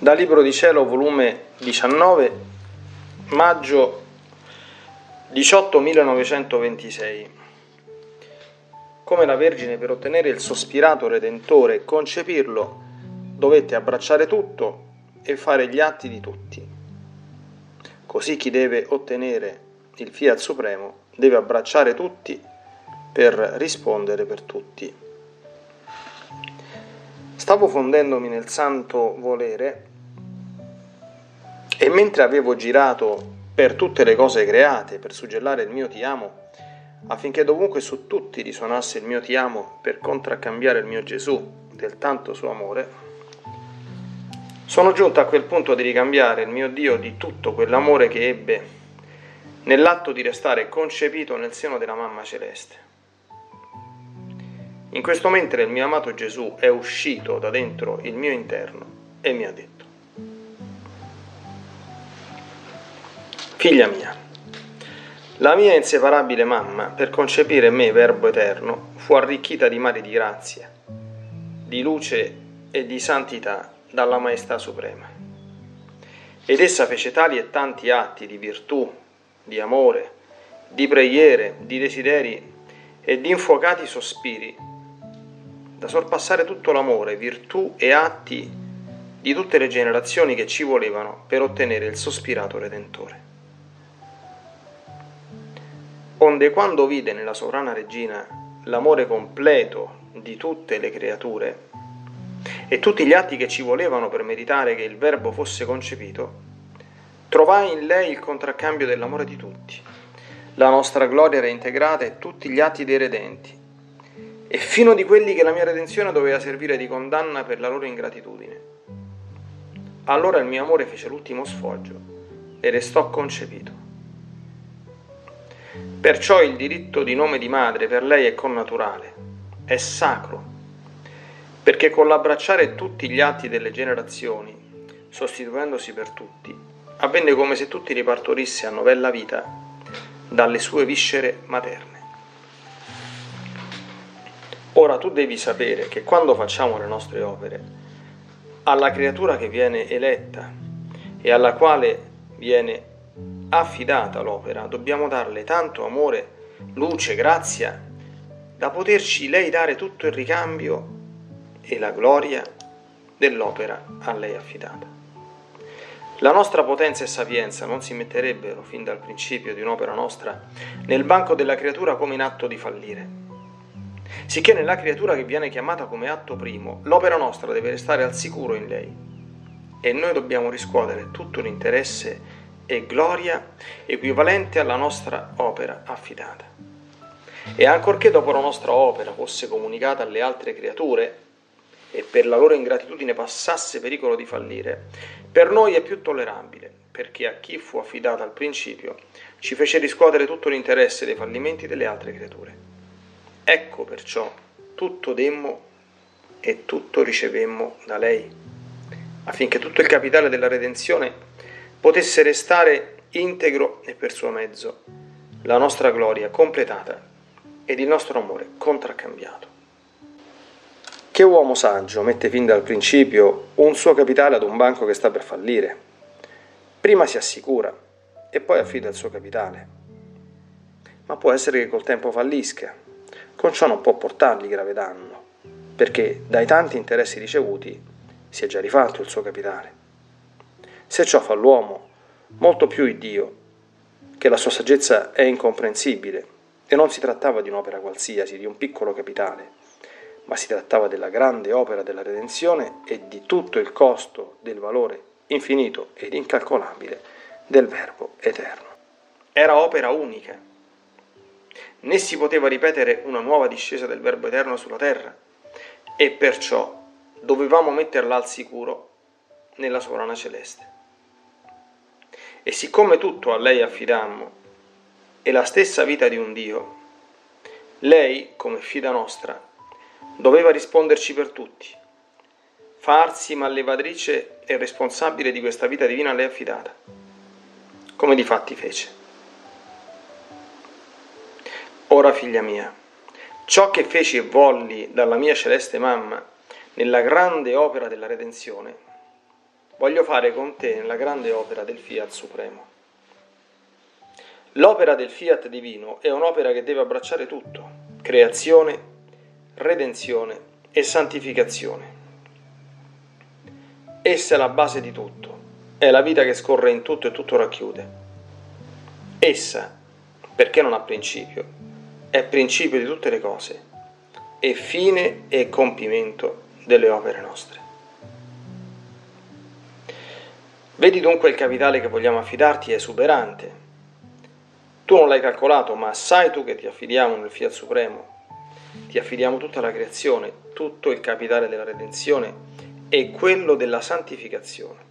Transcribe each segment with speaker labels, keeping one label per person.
Speaker 1: Da Libro di Cielo, volume 19, maggio 18 1926. Come la Vergine, per ottenere il sospirato Redentore e concepirlo, dovette abbracciare tutto e fare gli atti di tutti. Così chi deve ottenere il Fiat Supremo deve abbracciare tutti per rispondere per tutti. Stavo fondendomi nel santo volere e mentre avevo girato per tutte le cose create per suggellare il mio ti amo, affinché dovunque su tutti risuonasse il mio ti amo per contraccambiare il mio Gesù del tanto suo amore, sono giunto a quel punto di ricambiare il mio Dio di tutto quell'amore che ebbe nell'atto di restare concepito nel seno della mamma celeste. In questo mentre il mio amato Gesù è uscito da dentro il mio interno e mi ha detto: figlia mia, la mia inseparabile mamma, per concepire me, Verbo eterno, fu arricchita di mari di grazia, di luce e di santità dalla Maestà Suprema. Ed essa fece tali e tanti atti di virtù, di amore, di preghiere, di desideri e di infuocati sospiri, da sorpassare tutto l'amore, virtù e atti di tutte le generazioni che ci volevano per ottenere il sospirato Redentore. Onde quando vide nella sovrana regina l'amore completo di tutte le creature e tutti gli atti che ci volevano per meritare che il Verbo fosse concepito, trovai in lei il contraccambio dell'amore di tutti, la nostra gloria reintegrata e tutti gli atti dei redenti, e fino di quelli che la mia redenzione doveva servire di condanna per la loro ingratitudine. Allora il mio amore fece l'ultimo sfoggio e restò concepito. Perciò il diritto di nome di madre per lei è connaturale, è sacro, perché con l'abbracciare tutti gli atti delle generazioni, sostituendosi per tutti, avvenne come se tutti ripartorisse a novella vita dalle sue viscere materne. Ora tu devi sapere che quando facciamo le nostre opere, alla creatura che viene eletta e alla quale viene affidata l'opera, dobbiamo darle tanto amore, luce, grazia, da poterci lei dare tutto il ricambio e la gloria dell'opera a lei affidata. La nostra potenza e sapienza non si metterebbero fin dal principio di un'opera nostra nel banco della creatura come in atto di fallire. Sicché nella creatura che viene chiamata come atto primo, l'opera nostra deve restare al sicuro in lei, e noi dobbiamo riscuotere tutto l'interesse e gloria equivalente alla nostra opera affidata. E ancorché dopo la nostra opera fosse comunicata alle altre creature e per la loro ingratitudine passasse pericolo di fallire, per noi è più tollerabile, perché a chi fu affidata al principio ci fece riscuotere tutto l'interesse dei fallimenti delle altre creature. Ecco perciò tutto demmo e tutto ricevemmo da lei, affinché tutto il capitale della redenzione potesse restare integro e per suo mezzo la nostra gloria completata ed il nostro amore contraccambiato. Che uomo saggio mette fin dal principio un suo capitale ad un banco che sta per fallire? Prima si assicura e poi affida il suo capitale. Ma può essere che col tempo fallisca. Con ciò non può portargli grave danno, perché dai tanti interessi ricevuti si è già rifatto il suo capitale. Se ciò fa l'uomo, molto più il Dio, che la sua saggezza è incomprensibile, e non si trattava di un'opera qualsiasi, di un piccolo capitale, ma si trattava della grande opera della redenzione e di tutto il costo del valore infinito ed incalcolabile del Verbo eterno. Era opera unica. Né si poteva ripetere una nuova discesa del Verbo eterno sulla terra, e perciò dovevamo metterla al sicuro nella sovrana celeste. E siccome tutto a lei affidammo, e la stessa vita di un Dio, lei, come fida nostra, doveva risponderci per tutti, farsi mallevatrice e responsabile di questa vita divina a lei affidata, come difatti fece. Ora, figlia mia, ciò che feci e volli dalla mia celeste mamma nella grande opera della redenzione, voglio fare con te nella grande opera del Fiat Supremo. L'opera del Fiat divino è un'opera che deve abbracciare tutto: creazione, redenzione e santificazione. Essa è la base di tutto, è la vita che scorre in tutto e tutto racchiude. Essa, perché non ha principio, è principio di tutte le cose, e fine e compimento delle opere nostre. Vedi dunque il capitale che vogliamo affidarti è esuberante. Tu non l'hai calcolato, ma sai tu che ti affidiamo nel Fiat Supremo. Ti affidiamo tutta la creazione, tutto il capitale della redenzione e quello della santificazione.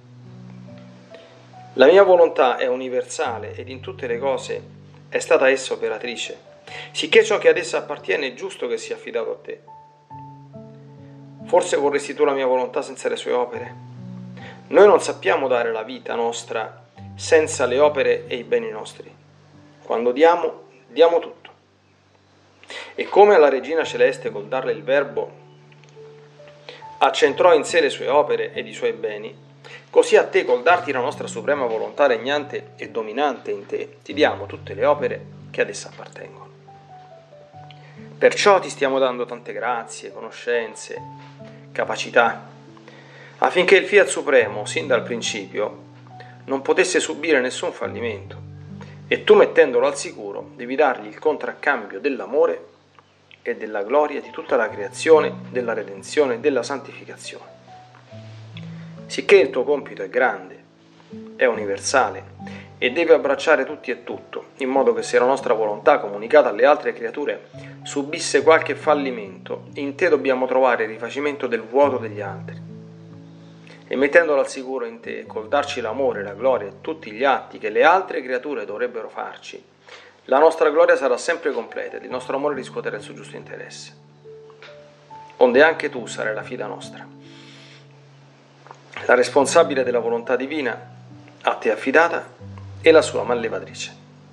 Speaker 1: La mia volontà è universale ed in tutte le cose è stata essa operatrice, sicché ciò che ad essa appartiene è giusto che sia affidato a te. Forse vorresti tu la mia volontà senza le sue opere? Noi non sappiamo dare la vita nostra senza le opere e i beni nostri. Quando diamo, diamo tutto. E come alla Regina Celeste col darle il Verbo accentrò in sé le sue opere ed i suoi beni, così a te col darti la nostra suprema volontà regnante e dominante in te, ti diamo tutte le opere che ad essa appartengono. Perciò ti stiamo dando tante grazie, conoscenze, capacità, affinché il Fiat Supremo, sin dal principio, non potesse subire nessun fallimento, e tu mettendolo al sicuro devi dargli il contraccambio dell'amore e della gloria di tutta la creazione, della redenzione e della santificazione. Sicché il tuo compito è grande, è universale e deve abbracciare tutti e tutto, in modo che se la nostra volontà comunicata alle altre creature subisse qualche fallimento, in te dobbiamo trovare il rifacimento del vuoto degli altri. E mettendolo al sicuro in te, col darci l'amore, la gloria e tutti gli atti che le altre creature dovrebbero farci, la nostra gloria sarà sempre completa ed il nostro amore riscuoterà il suo giusto interesse. Onde anche tu sarai la fida nostra, la responsabile della volontà divina a te affidata e la sua mallevatrice.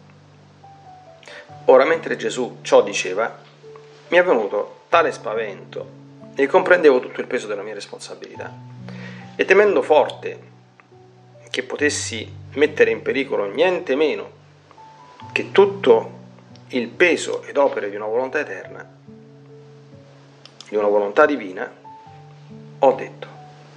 Speaker 1: Ora, mentre Gesù ciò diceva, mi è venuto tale spavento e comprendevo tutto il peso della mia responsabilità. E temendo forte che potessi mettere in pericolo niente meno che tutto il peso ed opere di una volontà eterna, di una volontà divina, ho detto: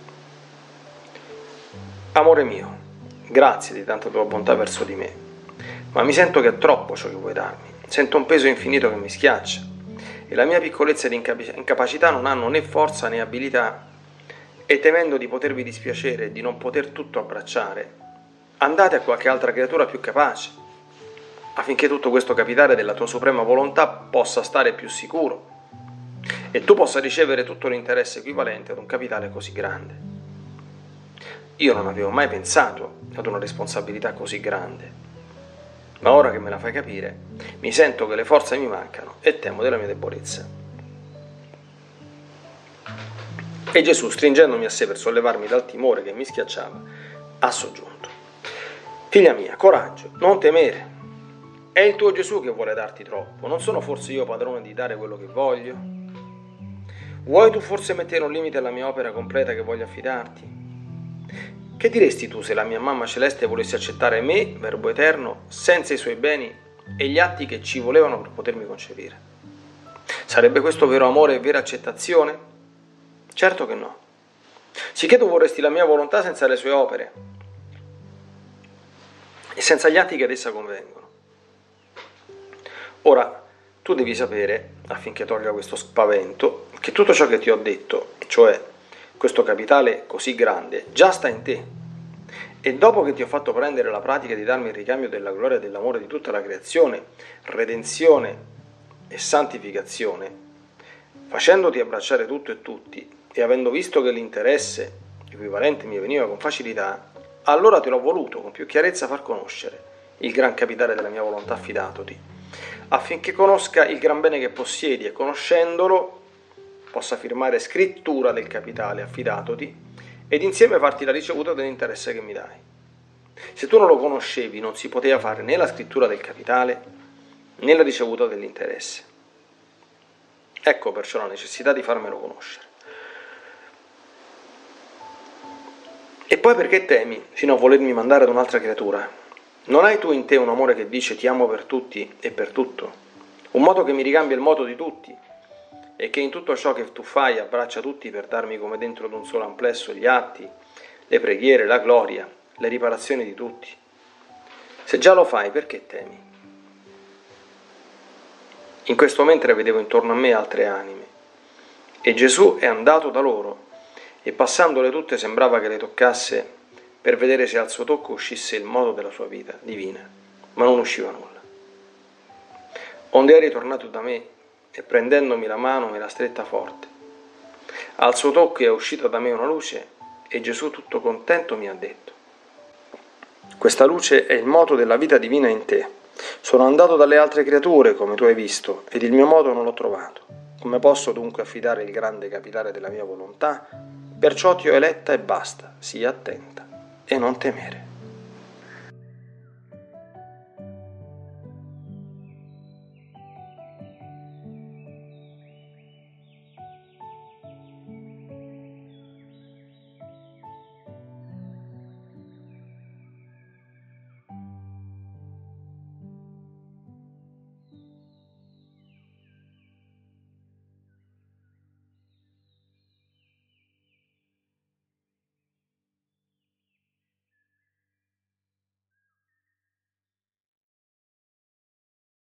Speaker 1: amore mio, grazie di tanta tua bontà verso di me, ma mi sento che è troppo ciò che vuoi darmi, sento un peso infinito che mi schiaccia e la mia piccolezza ed incapacità non hanno né forza né abilità, e temendo di potervi dispiacere e di non poter tutto abbracciare, andate a qualche altra creatura più capace, affinché tutto questo capitale della tua suprema volontà possa stare più sicuro e tu possa ricevere tutto l'interesse equivalente ad un capitale così grande. Io non avevo mai pensato ad una responsabilità così grande, ma ora che me la fai capire, mi sento che le forze mi mancano e temo della mia debolezza. E Gesù, stringendomi a sé per sollevarmi dal timore che mi schiacciava, ha soggiunto: figlia mia, coraggio, non temere. È il tuo Gesù che vuole darti troppo, non sono forse io padrone di dare quello che voglio? Vuoi tu forse mettere un limite alla mia opera completa che voglio affidarti? Che diresti tu se la mia mamma celeste volesse accettare me, Verbo eterno, senza i suoi beni e gli atti che ci volevano per potermi concepire? Sarebbe questo vero amore e vera accettazione? Certo che no. Sicché tu vorresti la mia volontà senza le sue opere e senza gli atti che ad essa convengono. Ora, tu devi sapere, affinché tolga questo spavento, che tutto ciò che ti ho detto, cioè questo capitale così grande, già sta in te. E dopo che ti ho fatto prendere la pratica di darmi il ricambio della gloria e dell'amore di tutta la creazione, redenzione e santificazione, facendoti abbracciare tutto e tutti, e avendo visto che l'interesse equivalente mi veniva con facilità, allora te l'ho voluto con più chiarezza far conoscere il gran capitale della mia volontà affidatoti, affinché conosca il gran bene che possiedi e conoscendolo possa firmare scrittura del capitale affidatoti ed insieme farti la ricevuta dell'interesse che mi dai. Se tu non lo conoscevi non si poteva fare né la scrittura del capitale né la ricevuta dell'interesse. Ecco perciò la necessità di farmelo conoscere. E poi perché temi fino a volermi mandare ad un'altra creatura? Non hai tu in te un amore che dice ti amo per tutti e per tutto? Un moto che mi ricambia il moto di tutti e che in tutto ciò che tu fai abbraccia tutti per darmi come dentro ad un solo amplesso gli atti, le preghiere, la gloria, le riparazioni di tutti. Se già lo fai, perché temi? In questo mentre vedevo intorno a me altre anime, e Gesù è andato da loro, e passandole tutte sembrava che le toccasse per vedere se al suo tocco uscisse il modo della sua vita divina, ma non usciva nulla. Onde è ritornato da me, e prendendomi la mano me la stretta forte. Al suo tocco è uscita da me una luce, e Gesù tutto contento mi ha detto: questa luce è il moto della vita divina in te. Sono andato dalle altre creature, come tu hai visto, ed il mio modo non l'ho trovato. Come posso dunque affidare il grande capitale della mia volontà? Perciò ti ho eletta e basta, sii attenta e non temere.